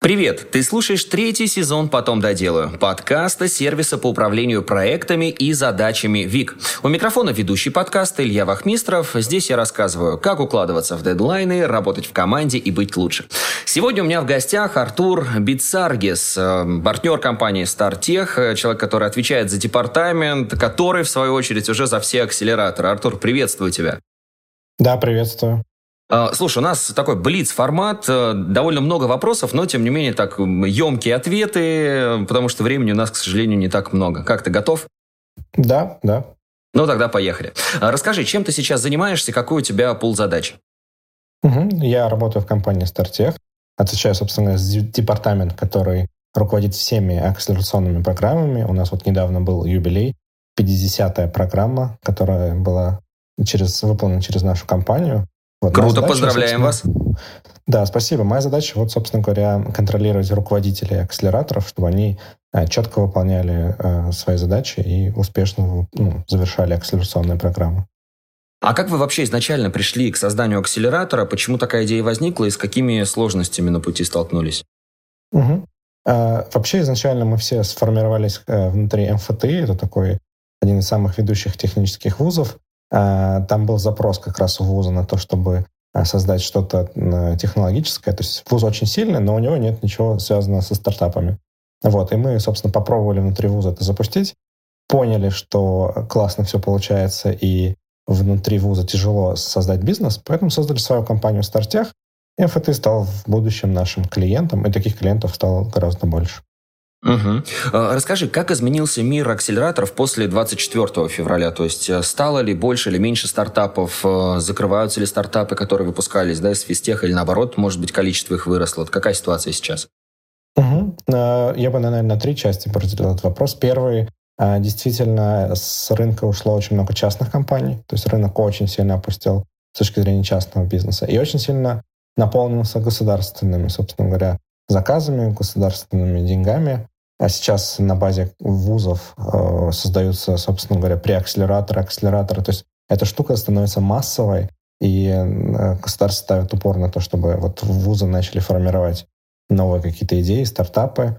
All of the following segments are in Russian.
Привет! Ты слушаешь третий сезон «Потом доделаю» подкаста сервиса по управлению проектами и задачами ВИК. У микрофона ведущий подкаста Илья Вахмистров. Здесь я рассказываю, как укладываться в дедлайны, работать в команде и быть лучше. Сегодня у меня в гостях Артур Бицаргис, партнер компании StarTech, человек, который отвечает за департамент, который, в свою очередь, уже за все акселераторы. Артур, приветствую тебя. Да, приветствую. Слушай, у нас такой блиц-формат, довольно много вопросов, но, тем не менее, так емкие ответы, потому что времени у нас, к сожалению, не так много. Как, ты готов? Да. Ну, тогда поехали. Расскажи, чем ты сейчас занимаешься, какой у тебя пул задач? Я работаю в компании StarTech, отвечаю, собственно, за департамент, который руководит всеми акселерационными программами. У нас вот недавно был юбилей, 50-я программа, которая была выполнена через нашу компанию. Вот, Круто, задача, поздравляем вас. Да, спасибо. Моя задача, собственно говоря, контролировать руководителей акселераторов, чтобы они четко выполняли свои задачи и успешно завершали акселерационные программы. А как вы вообще изначально пришли к созданию акселератора? Почему такая идея возникла и с какими сложностями на пути столкнулись? Вообще, изначально мы все сформировались внутри МФТИ, это такой один из самых ведущих технических вузов. Там был запрос как раз у вуза на то, чтобы создать что-то технологическое. То есть вуз очень сильный, но у него нет ничего связанного со стартапами. Вот. И мы, собственно, попробовали внутри вуза это запустить, поняли, что классно все получается, и внутри вуза тяжело создать бизнес, поэтому создали свою компанию StarTech, и МФТ стал в будущем нашим клиентом, и таких клиентов стало гораздо больше. Расскажи, как изменился мир акселераторов после 24 февраля? То есть стало ли больше или меньше стартапов? Закрываются ли стартапы, которые выпускались из физтеха, или наоборот, может быть, количество их выросло? Какая ситуация сейчас? Я бы, наверное, на 3 части разделил этот вопрос. Первый, действительно, с рынка ушло очень много частных компаний, то есть рынок очень сильно опустел с точки зрения частного бизнеса и очень сильно наполнился государственными, собственно говоря, заказами, государственными деньгами. А сейчас на базе вузов создаются, собственно говоря, преакселераторы. То есть эта штука становится массовой, и государство ставит упор на то, чтобы вот вузы начали формировать новые какие-то идеи, стартапы.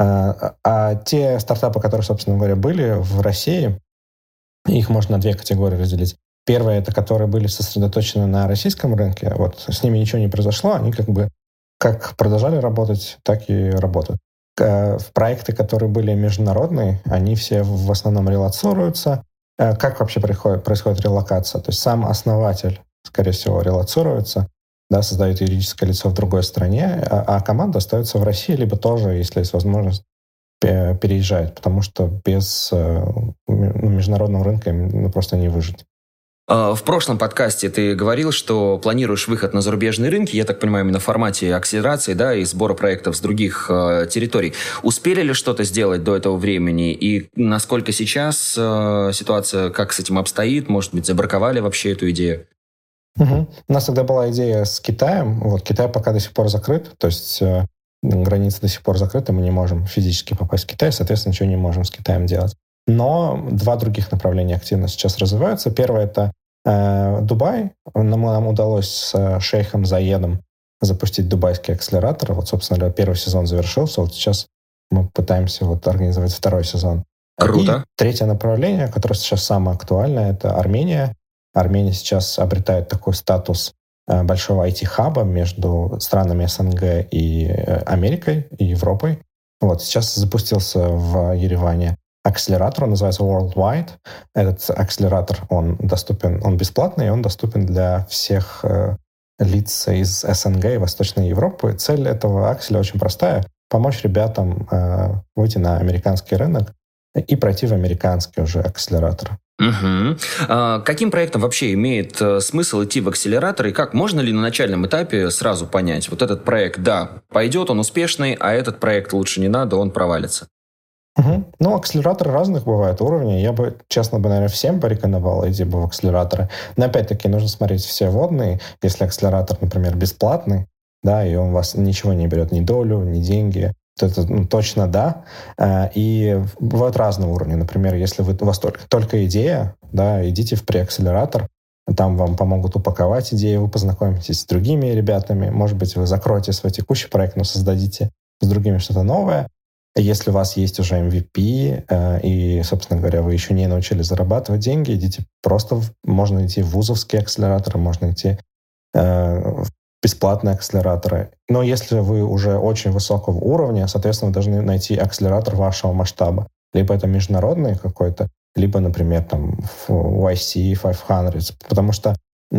А те стартапы, которые, собственно говоря, были в России, их можно на 2 категории разделить. Первые — это которые были сосредоточены на российском рынке. Вот с ними ничего не произошло, они как продолжали работать, так и работают. Проекты, которые были международные, они все в основном релоцируются. Как вообще происходит релокация? То есть сам основатель, скорее всего, релоцируется, создает юридическое лицо в другой стране, а команда остается в России, либо тоже, если есть возможность, переезжает, потому что без международного рынка им просто не выжить. В прошлом подкасте ты говорил, что планируешь выход на зарубежные рынки, я так понимаю, именно в формате акселерации, и сбора проектов с других территорий. Успели ли что-то сделать до этого времени? И насколько сейчас ситуация, как с этим обстоит? Может быть, забраковали вообще эту идею? У нас тогда была идея с Китаем. Вот Китай пока до сих пор закрыт, то есть границы до сих пор закрыты, мы не можем физически попасть в Китай, соответственно, ничего не можем с Китаем делать. Но 2 других направления активно сейчас развиваются. Первое — это Дубай. Нам удалось с шейхом Заедом запустить дубайский акселератор. Вот, собственно говоря, 1 сезон завершился. Вот сейчас мы пытаемся организовать 2 сезон. Круто. И 3 направление, которое сейчас самое актуальное, это Армения. Армения сейчас обретает такой статус большого IT-хаба между странами СНГ и Америкой, и Европой. Вот сейчас запустился в Ереване акселератор, он называется Worldwide. Этот акселератор, он бесплатный, и он доступен для всех лиц из СНГ и Восточной Европы. Цель этого акселя очень простая — помочь ребятам выйти на американский рынок и пройти в американский уже акселератор. Каким проектом вообще имеет смысл идти в акселератор, и как можно ли на начальном этапе сразу понять, вот этот проект, пойдет, он успешный, а этот проект лучше не надо, он провалится? Акселераторы разных бывают уровней. Я бы, честно, наверное, всем порекомендовал идти бы в акселераторы. Но опять-таки нужно смотреть все вводные. Если акселератор, например, бесплатный, и он у вас ничего не берет, ни долю, ни деньги, то это точно да. И бывают разные уровни. Например, если у вас только идея, идите в преакселератор, там вам помогут упаковать идею, вы познакомитесь с другими ребятами, может быть, вы закроете свой текущий проект, но создадите с другими что-то новое. Если у вас есть уже MVP, и, собственно говоря, вы еще не научились зарабатывать деньги, идите просто, можно идти в вузовские акселераторы, можно идти в бесплатные акселераторы. Но если вы уже очень высокого уровня, соответственно, вы должны найти акселератор вашего масштаба. Либо это международный какой-то, либо, например, там YC 500. Потому что,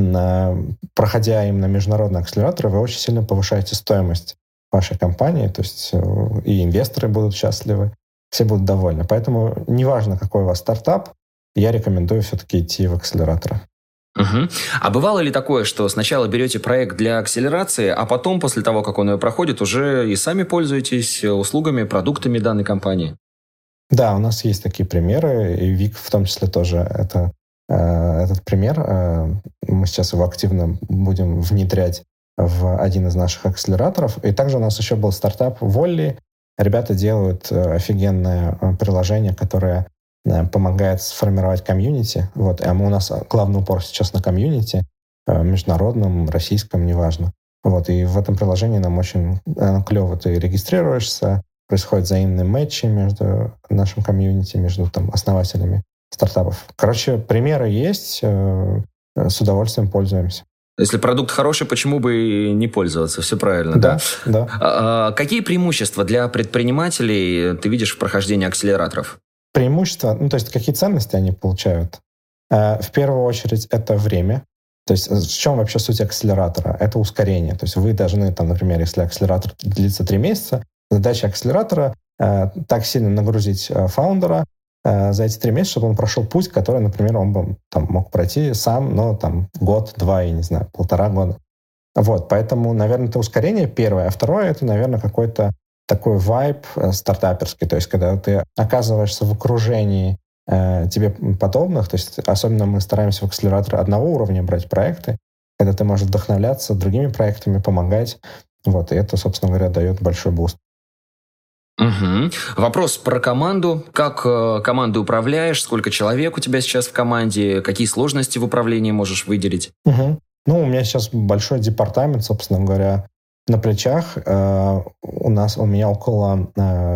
проходя именно международные акселераторы, вы очень сильно повышаете стоимость вашей компании, то есть и инвесторы будут счастливы, все будут довольны. Поэтому неважно, какой у вас стартап, я рекомендую все-таки идти в акселераторы. Угу. А бывало ли такое, что сначала берете проект для акселерации, а потом, после того, как он ее проходит, уже и сами пользуетесь услугами, продуктами данной компании? Да, у нас есть такие примеры, и Вик в том числе тоже этот пример. Мы сейчас его активно будем внедрять в один из наших акселераторов. И также у нас еще был стартап Волли. Ребята делают офигенное приложение, которое помогает сформировать комьюнити. Вот. А у нас главный упор сейчас на комьюнити, международном, российском, неважно. Вот. И в этом приложении нам очень клево. Ты регистрируешься, происходят взаимные матчи между нашим комьюнити, между там, основателями стартапов. Короче, примеры есть, с удовольствием пользуемся. Если продукт хороший, почему бы и не пользоваться? Все правильно, да? Да. Какие преимущества для предпринимателей ты видишь в прохождении акселераторов? Преимущества, то есть какие ценности они получают? В первую очередь это время. То есть в чем вообще суть акселератора? Это ускорение. То есть вы должны, там, например, если акселератор длится 3 месяца, задача акселератора так сильно нагрузить фаундера за эти 3 месяца, чтобы он прошел путь, который, например, он бы там, мог пройти сам, но там год, 2, я не знаю, 1,5 года. Вот, поэтому, наверное, это ускорение первое. А второе, это, наверное, какой-то такой вайб стартаперский. То есть когда ты оказываешься в окружении тебе подобных, то есть особенно мы стараемся в акселераторы одного уровня брать проекты, когда ты можешь вдохновляться другими проектами, помогать. Вот, и это, собственно говоря, дает большой буст. Угу. Вопрос про команду. Как командой управляешь? Сколько человек у тебя сейчас в команде? Какие сложности в управлении можешь выделить? Угу. Ну, у меня сейчас большой департамент, собственно говоря, на плечах. У меня около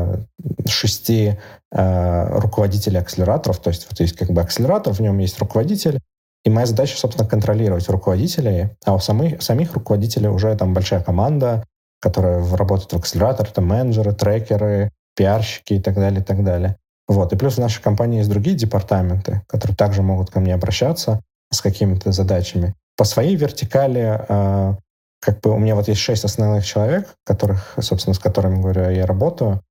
6 руководителей акселераторов. То есть вот есть как бы акселератор, в нем есть руководитель. И моя задача, собственно, контролировать руководителей. А у самих руководителей уже там большая команда, которые работают в акселераторе, это менеджеры, трекеры, пиарщики и так далее, и так далее. Вот. И плюс в нашей компании есть другие департаменты, которые также могут ко мне обращаться с какими-то задачами. По своей вертикали как бы у меня вот есть 6 основных человек, с которыми, говорю, я работаю.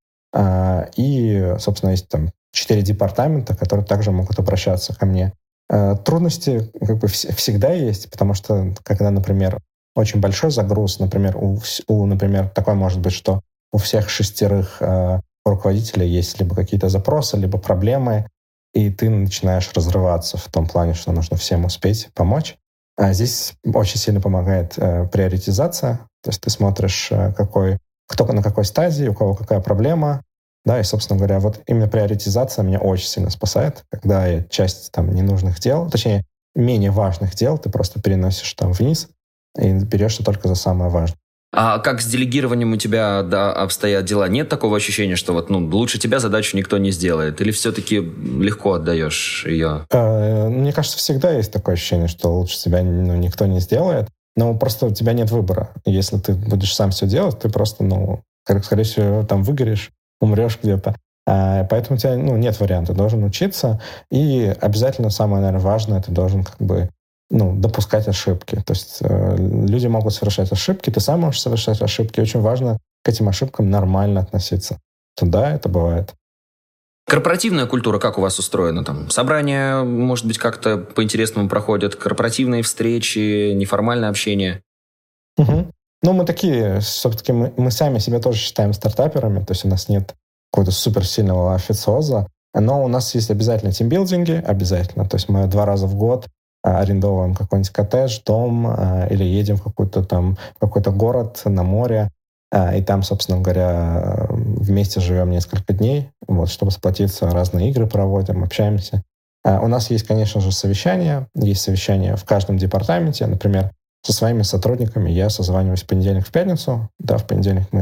И, собственно, есть там 4 департамента, которые также могут обращаться ко мне. Трудности как бы всегда есть, потому что когда, например, очень большой загруз, например, например, такой может быть, что у всех 6 руководителей есть либо какие-то запросы, либо проблемы, и ты начинаешь разрываться в том плане, что нужно всем успеть помочь. А здесь очень сильно помогает приоритизация, то есть ты смотришь, кто на какой стадии, у кого какая проблема, да, и, собственно говоря, вот именно приоритизация меня очень сильно спасает, когда я часть там ненужных дел, точнее, менее важных дел, ты просто переносишь там вниз, и берешься только за самое важное. А как с делегированием у тебя обстоят дела? Нет такого ощущения, что лучше тебя задачу никто не сделает? Или все-таки легко отдаешь ее? Мне кажется, всегда есть такое ощущение, что лучше тебя никто не сделает. Но просто у тебя нет выбора. Если ты будешь сам все делать, ты просто, скорее всего, там выгоришь, умрешь где-то. Поэтому у тебя нет варианта. Ты должен учиться. И обязательно самое, наверное, важное, ты должен как бы допускать ошибки. То есть люди могут совершать ошибки, ты сам можешь совершать ошибки. Очень важно к этим ошибкам нормально относиться. Да, это бывает. Корпоративная культура как у вас устроена? Там собрания, может быть, как-то по-интересному проходят? Корпоративные встречи, неформальное общение? Угу. Мы такие, все-таки мы сами себя тоже считаем стартаперами, то есть у нас нет какого-то суперсильного официоза, но у нас есть обязательно тимбилдинги, обязательно. То есть мы 2 раза в год арендовываем какой-нибудь коттедж, дом или едем в какой-то город на море, и там, собственно говоря, вместе живем несколько дней, чтобы сплотиться, разные игры проводим, общаемся. У нас есть, конечно же, совещания. Есть совещания в каждом департаменте. Например, со своими сотрудниками я созваниваюсь в понедельник в пятницу. Да, в понедельник мы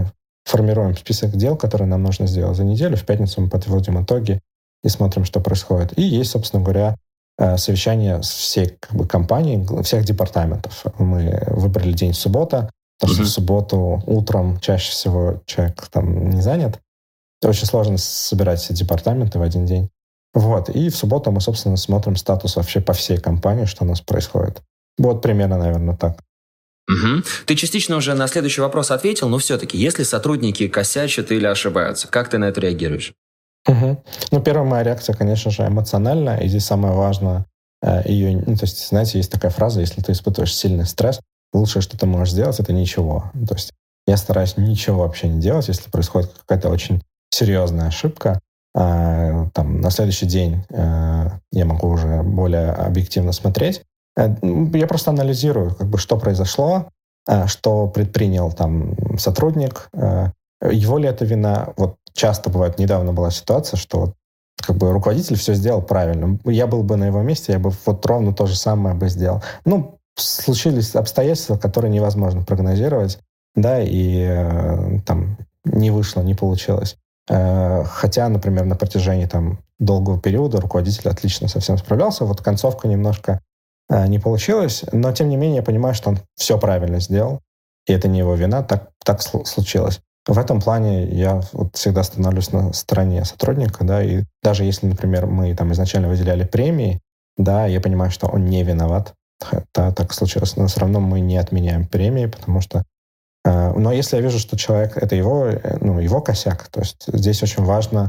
формируем список дел, которые нам нужно сделать за неделю. В пятницу мы подводим итоги и смотрим, что происходит. И есть, собственно говоря, совещание с всей компанией, всех департаментов. Мы выбрали день суббота, потому что в субботу утром чаще всего человек там не занят. Очень сложно собирать все департаменты в один день. Вот. И в субботу мы, собственно, смотрим статус вообще по всей компании, что у нас происходит. Вот примерно, наверное, так. Ты частично уже на следующий вопрос ответил, но все-таки, если сотрудники косячат или ошибаются, как ты на это реагируешь? Ну, первая моя реакция, конечно же, эмоциональная. И здесь самое важное ее... Ну, то есть, знаете, есть такая фраза, если ты испытываешь сильный стресс, лучшее, что ты можешь сделать, это ничего. То есть я стараюсь ничего вообще не делать, если происходит какая-то очень серьезная ошибка. Там, на следующий день я могу уже более объективно смотреть. Я просто анализирую, что произошло, что предпринял там сотрудник, его ли это вина. Вот часто бывает, недавно была ситуация, что руководитель все сделал правильно. Я был бы на его месте, я бы вот ровно то же самое бы сделал. Ну, случились обстоятельства, которые невозможно прогнозировать, да, и там не вышло, не получилось. Хотя, например, на протяжении там долгого периода руководитель отлично со всем справлялся. Вот концовка немножко не получилась, но тем не менее я понимаю, что он все правильно сделал, и это не его вина, так случилось. В этом плане я вот всегда становлюсь на стороне сотрудника, да, и даже если, например, мы там изначально выделяли премии, да, я понимаю, что он не виноват, да, так случилось, но все равно мы не отменяем премии, потому что но если я вижу, что человек, это его косяк, то есть здесь очень важно,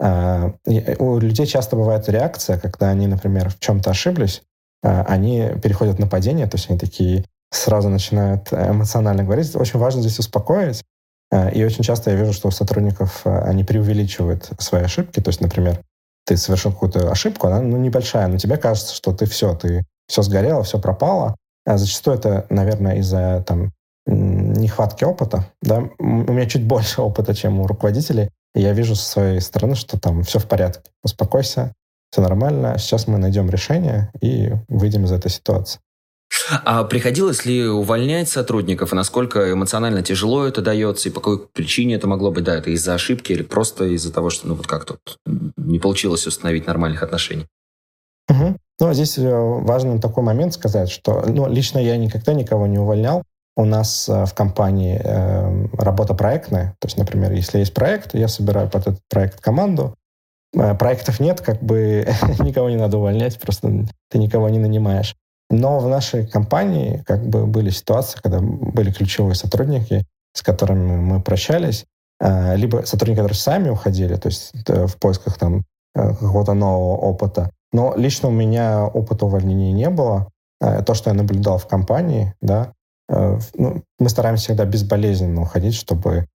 у людей часто бывает реакция, когда они, например, в чем-то ошиблись, они переходят на падение, то есть они такие сразу начинают эмоционально говорить. Очень важно здесь успокоить. И очень часто я вижу, что у сотрудников они преувеличивают свои ошибки. То есть, например, ты совершил какую-то ошибку, она небольшая, но тебе кажется, что ты все сгорело, все пропало. А зачастую это, наверное, из-за нехватки опыта. Да? У меня чуть больше опыта, чем у руководителей. И я вижу со своей стороны, что там все в порядке. Успокойся, все нормально. Сейчас мы найдем решение и выйдем из этой ситуации. А приходилось ли увольнять сотрудников, и насколько эмоционально тяжело это дается, и по какой причине это могло быть? Да, это из-за ошибки или просто из-за того, что как-то не получилось установить нормальных отношений? Ну, здесь важно такой момент сказать, что лично я никогда никого не увольнял. У нас в компании работа проектная. То есть, например, если есть проект, я собираю под этот проект команду. Проектов нет, никого не надо увольнять, просто ты никого не нанимаешь. Но в нашей компании были ситуации, когда были ключевые сотрудники, с которыми мы прощались, либо сотрудники, которые сами уходили, то есть в поисках там какого-то нового опыта. Но лично у меня опыта увольнения не было. То, что я наблюдал в компании, да, мы стараемся всегда безболезненно уходить, чтобы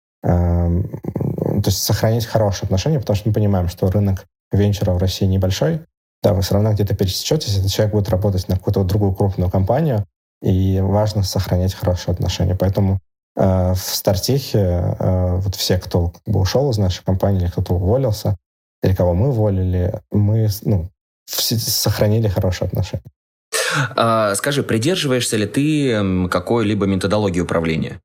то есть сохранить хорошие отношения, потому что мы понимаем, что рынок венчура в России небольшой. Да, вы все равно где-то пересечетесь, если человек будет работать на какую-то другую крупную компанию, и важно сохранять хорошие отношения. Поэтому в Стартехе вот все, кто ушел из нашей компании, или кто-то уволился, или кого мы уволили, мы сохранили хорошие отношения. Скажи, придерживаешься ли ты какой-либо методологии управления?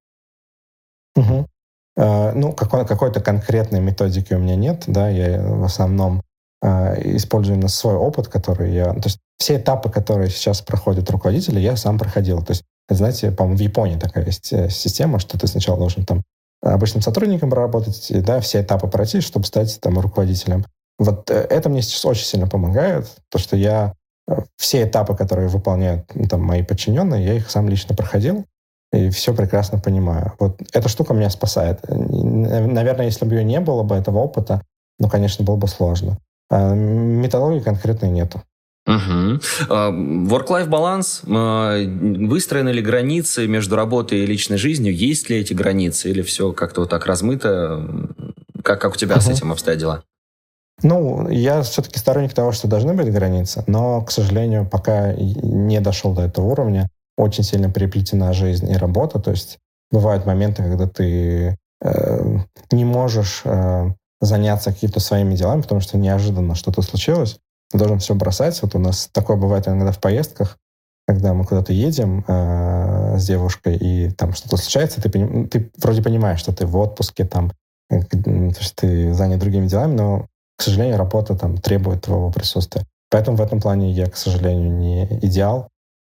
Какой-то конкретной методики у меня нет. Да, я в основном использую именно свой опыт, который я... То есть все этапы, которые сейчас проходят руководители, я сам проходил. То есть, знаете, по-моему, в Японии такая есть система, что ты сначала должен там обычным сотрудником работать, да, все этапы пройти, чтобы стать там руководителем. Вот это мне сейчас очень сильно помогает, потому что я все этапы, которые выполняют мои подчиненные, я их сам лично проходил и все прекрасно понимаю. Вот эта штука меня спасает. Наверное, если бы ее не было бы, этого опыта, конечно, было бы сложно. Методологии конкретной нету. Work-life баланс. Выстроены ли границы между работой и личной жизнью? Есть ли эти границы? Или все как-то вот так размыто? Как у тебя с этим обстоят дела? Я все-таки сторонник того, что должны быть границы, но, к сожалению, пока не дошел до этого уровня. Очень сильно переплетена жизнь и работа. То есть бывают моменты, когда ты не можешь заняться какими-то своими делами, потому что неожиданно что-то случилось. Ты должен все бросать. Вот у нас такое бывает иногда в поездках. когда мы куда-то едем с девушкой, и там что-то случается, ты вроде понимаешь, что ты в отпуске, там, что ты занят другими делами, но, к сожалению, работа там требует твоего присутствия. Поэтому в этом плане я, к сожалению, не идеал,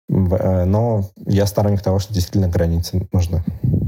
но я сторонник того, что действительно границы нужны.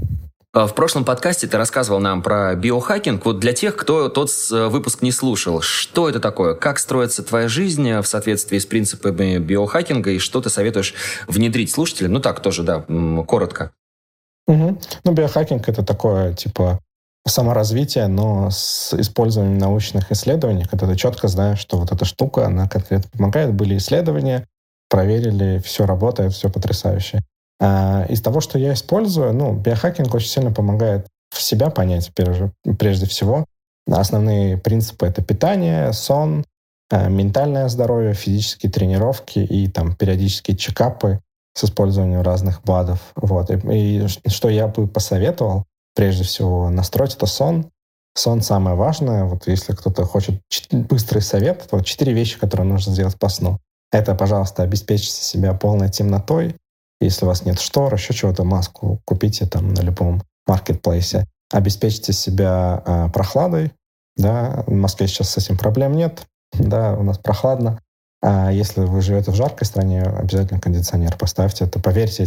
В прошлом подкасте ты рассказывал нам про биохакинг. Вот для тех, кто тот выпуск не слушал, что это такое? Как строится твоя жизнь в соответствии с принципами биохакинга? И что ты советуешь внедрить слушателям? Ну так, тоже, да, коротко. Ну, биохакинг — это такое, типа, саморазвитие, но с использованием научных исследований, когда ты четко знаешь, что вот эта штука, она конкретно помогает. Были исследования, проверили, все работает, все потрясающе. Из того, что я использую, биохакинг очень сильно помогает в себя понять, прежде всего. Основные принципы — это питание, сон, ментальное здоровье, физические тренировки и там периодические чекапы с использованием разных БАДов. Вот. И что я бы посоветовал, прежде всего, настроить — это сон. Сон самое важное. Вот если кто-то хочет быстрый совет, то 4 вещи, которые нужно сделать по сну. Это, пожалуйста, обеспечьте себя полной темнотой. Если у вас нет штор, еще чего-то, маску купите там на любом маркетплейсе. Обеспечьте себя прохладой. Да? В Москве сейчас с этим проблем нет. Да, у нас прохладно. А если вы живете в жаркой стране, обязательно кондиционер поставьте. Это, поверьте,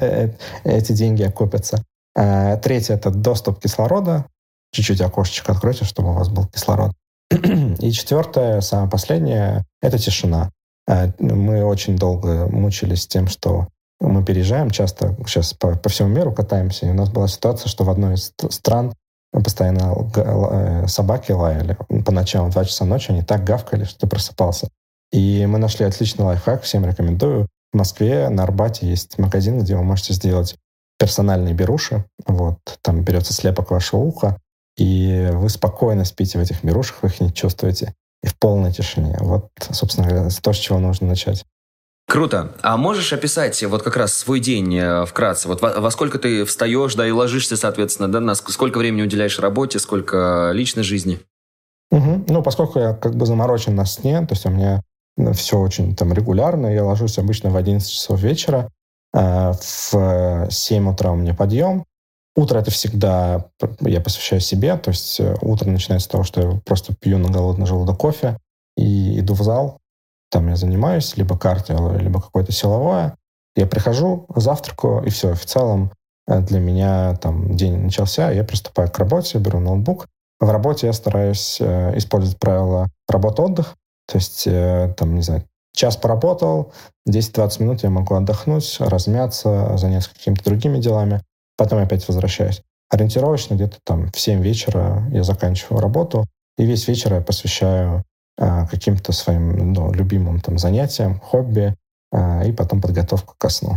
эти деньги окупятся. Третье — это доступ кислорода. Чуть-чуть окошечко откройте, чтобы у вас был кислород. И четвертое, самое последнее, это тишина. Мы очень долго мучились тем, что мы переезжаем часто, сейчас по всему миру катаемся, и у нас была ситуация, что в одной из стран постоянно собаки лаяли. По ночам в 2 часа ночи они так гавкали, что ты просыпался. И мы нашли отличный лайфхак, всем рекомендую. В Москве на Арбате есть магазин, где вы можете сделать персональные беруши. Вот, там берется слепок вашего уха, и вы спокойно спите в этих берушах, вы их не чувствуете. И в полной тишине. Вот, собственно говоря, то, с чего нужно начать. Круто. А можешь описать вот как раз свой день вкратце? Вот во сколько ты встаешь, да, и ложишься, соответственно, да, на сколько времени уделяешь работе, сколько личной жизни? Поскольку я как бы заморочен на сне, то есть у меня все очень там регулярно, я ложусь обычно в 11 часов вечера, в 7 утра у меня подъем. Утро — это всегда я посвящаю себе, то есть утро начинается с того, что я просто пью на голодный желудок кофе и иду в зал. Там я занимаюсь либо кардио, либо какое-то силовое. Я прихожу, завтракаю, и все. В целом для меня там день начался, я приступаю к работе, беру ноутбук. В работе я стараюсь использовать правила работа-отдых. То есть, там, не знаю, час поработал, 10-20 минут я могу отдохнуть, размяться, заняться какими-то другими делами. Потом опять возвращаюсь. Ориентировочно где-то там в 7 вечера я заканчиваю работу, и весь вечер я посвящаю каким-то своим любимым там занятиям, хобби, и потом подготовку ко сну.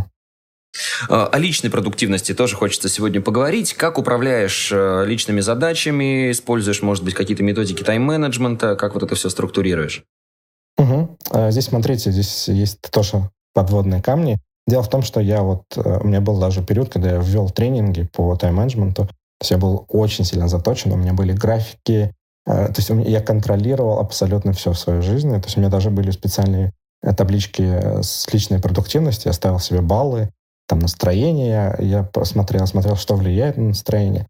О личной продуктивности тоже хочется сегодня поговорить. Как управляешь личными задачами? Используешь, может быть, какие-то методики тайм-менеджмента? Как вот это все структурируешь? Здесь, смотрите, здесь есть тоже подводные камни. Дело в том, что у меня был даже период, когда я ввел тренинги по тайм-менеджменту. То есть я был очень сильно заточен, у меня были графики. То есть я контролировал абсолютно все в своей жизни. То есть у меня даже были специальные таблички с личной продуктивностью. Я ставил себе баллы, там настроение. Я смотрел, что влияет на настроение.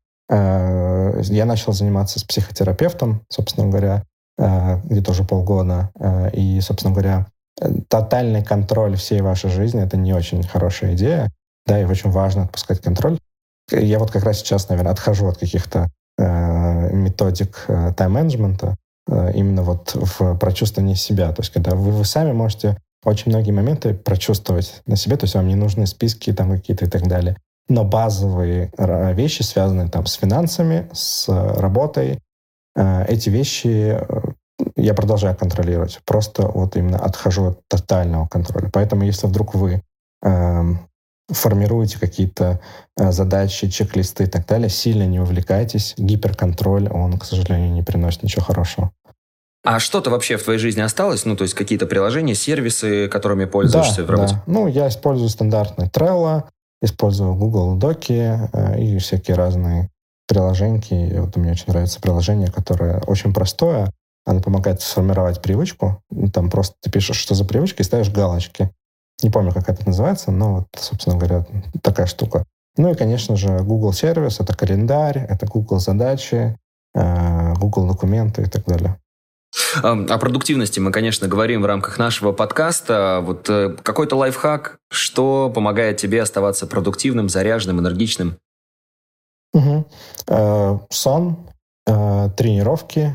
Я начал заниматься с психотерапевтом, собственно говоря, где-то уже полгода. И, собственно говоря, тотальный контроль всей вашей жизни — это не очень хорошая идея. Да, и очень важно отпускать контроль. Я вот как раз сейчас, наверное, отхожу от каких-то методик тайм-менеджмента именно вот в прочувствовании себя. То есть когда вы сами можете очень многие моменты прочувствовать на себе, то есть вам не нужны списки там какие-то и так далее. Но базовые вещи, связанные там с финансами, с работой, эти вещи я продолжаю контролировать. Просто вот именно отхожу от тотального контроля. Поэтому если вдруг вы формируете какие-то задачи, чек-листы и так далее, сильно не увлекайтесь. Гиперконтроль, он, к сожалению, не приносит ничего хорошего. А что-то вообще в твоей жизни осталось? То есть какие-то приложения, сервисы, которыми пользуешься в работе? Да. Я использую стандартные Trello, использую Google Доки и всякие разные приложеньки. Вот мне очень нравится приложение, которое очень простое. Оно помогает сформировать привычку. Там просто ты пишешь, что за привычка, и ставишь галочки. Не помню, как это называется, но, вот, собственно говоря, такая штука. Ну и, конечно же, Google сервис — это календарь, это Google задачи, Google документы и так далее. О продуктивности мы, конечно, говорим в рамках нашего подкаста. Вот какой-то лайфхак, что помогает тебе оставаться продуктивным, заряженным, энергичным? Сон, тренировки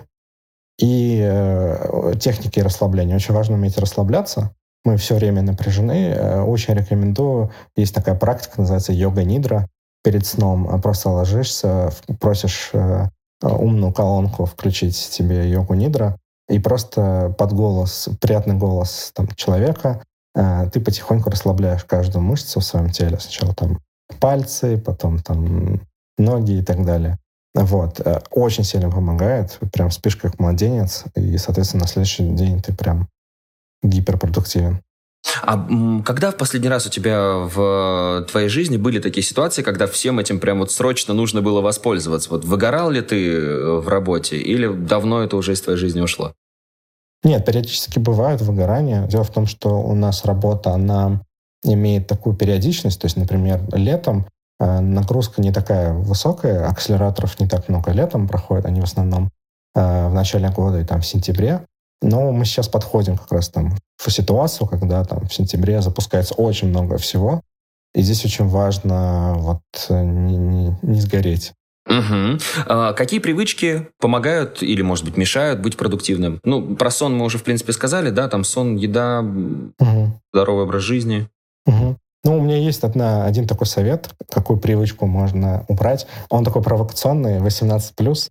и техники расслабления. Очень важно уметь расслабляться. Мы все время напряжены. Очень рекомендую. Есть такая практика, называется йога-нидра. Перед сном просто ложишься, просишь умную колонку включить тебе йогу-нидра, и просто под голос, приятный голос там, человека, ты потихоньку расслабляешь каждую мышцу в своем теле. Сначала там пальцы, потом там ноги и так далее. Вот. Очень сильно помогает. Прям спишь как младенец, и, соответственно, на следующий день ты прям гиперпродуктивен. А когда в последний раз у тебя в твоей жизни были такие ситуации, когда всем этим прям вот срочно нужно было воспользоваться? Вот выгорал ли ты в работе или давно это уже из твоей жизни ушло? Нет, периодически бывают выгорания. Дело в том, что у нас работа, она имеет такую периодичность. То есть, например, летом нагрузка не такая высокая, акселераторов не так много летом проходит, они в основном в начале года и там в сентябре. Но мы сейчас подходим как раз там в ситуацию, когда там в сентябре запускается очень много всего. И здесь очень важно вот не сгореть. Угу. Какие привычки помогают или, может быть, мешают быть продуктивным? Ну, про сон мы уже, в принципе, сказали, да? Там сон, еда, здоровый образ жизни. Ну, у меня есть один такой совет, какую привычку можно убрать. Он такой провокационный, 18+.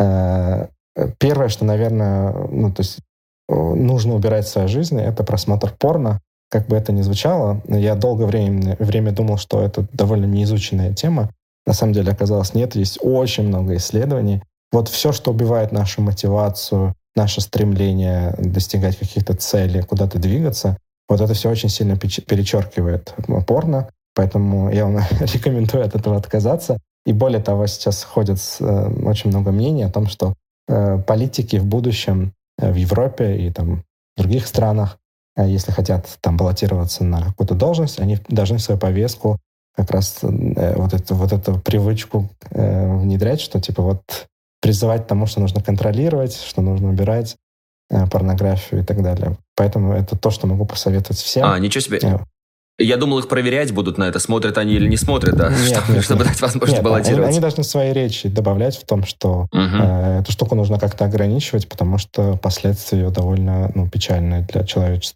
Первое, что, наверное, то есть нужно убирать в своей жизни, это просмотр порно. Как бы это ни звучало, я долгое время думал, что это довольно неизученная тема. На самом деле оказалось нет, есть очень много исследований. Вот все, что убивает нашу мотивацию, наше стремление достигать каких-то целей, куда-то двигаться, вот это все очень сильно перечеркивает порно. Поэтому я вам рекомендую от этого отказаться. И более того, сейчас ходит очень много мнений о том, что политики в будущем в Европе и там в других странах, если хотят там баллотироваться на какую-то должность, они должны в свою повестку как раз вот эту привычку внедрять, что типа вот призывать к тому, что нужно контролировать, что нужно убирать порнографию и так далее. Поэтому это то, что могу посоветовать всем. Ничего себе. Я думал, их проверять будут на это, смотрят они или не смотрят, да, чтобы дать возможность баллотироваться. Они должны в своей речи добавлять в том, что эту штуку нужно как-то ограничивать, потому что последствия ее довольно печальные для человечества.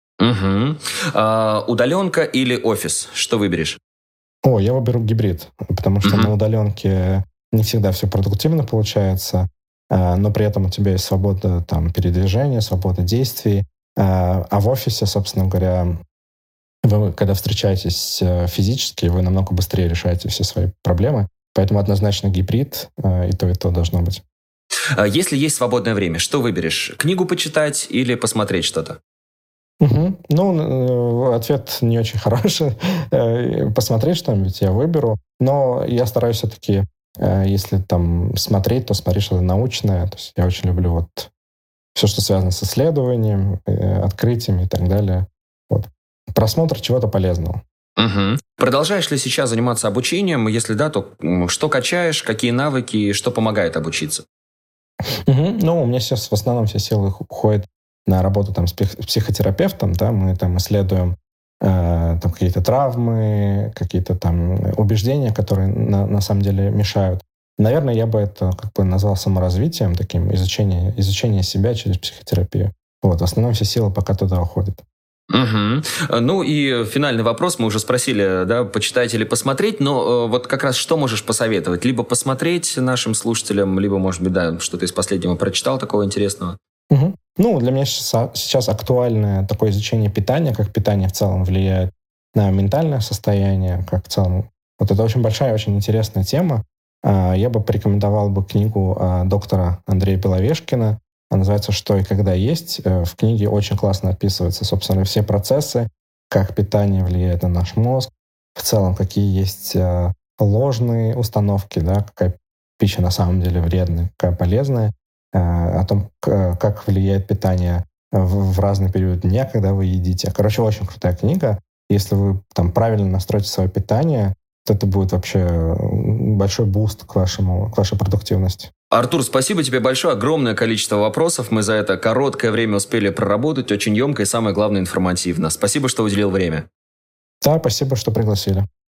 Удаленка или офис? Что выберешь? Я выберу гибрид, потому что на удаленке не всегда все продуктивно получается, но при этом у тебя есть свобода там, передвижения, свобода действий. А в офисе, собственно говоря, вы, когда встречаетесь физически, вы намного быстрее решаете все свои проблемы. Поэтому однозначно гибрид, и то должно быть. Если есть свободное время, что выберешь? Книгу почитать или посмотреть что-то? Ответ не очень хороший. Посмотреть что-нибудь я выберу. Но я стараюсь все-таки, если там смотреть, то смотреть что-то научное. То есть я очень люблю вот все, что связано с исследованием, открытиями и так далее. Вот. Просмотр чего-то полезного. Продолжаешь ли сейчас заниматься обучением? Если да, то что качаешь, какие навыки, что помогает обучиться? У меня сейчас в основном все силы уходят на работу там, с психотерапевтом. Да, мы там исследуем там, какие-то травмы, какие-то там убеждения, которые на самом деле мешают. Наверное, я бы это как бы назвал саморазвитием, таким изучение себя через психотерапию. Вот, в основном все силы пока туда уходят. Ну и финальный вопрос. Мы уже спросили, да, почитать или посмотреть, но вот как раз что можешь посоветовать? Либо посмотреть нашим слушателям, либо, может быть, да, что-то из последнего прочитал такого интересного? Для меня сейчас актуальное такое изучение питания, как питание в целом влияет на ментальное состояние, как в целом. Вот это очень большая, очень интересная тема. Я бы порекомендовал книгу доктора Андрея Беловешкина. Она называется «Что и когда есть». В книге очень классно описываются, собственно, все процессы, как питание влияет на наш мозг, в целом, какие есть ложные установки, да, какая пища на самом деле вредная, какая полезная, о том, как влияет питание в разный период дня, когда вы едите. Короче, очень крутая книга. Если вы там правильно настроите свое питание, то это будет вообще большой буст к вашей продуктивности. Артур, спасибо тебе большое. Огромное количество вопросов. Мы за это короткое время успели проработать. Очень емко и, самое главное, информативно. Спасибо, что уделил время. Да, спасибо, что пригласили.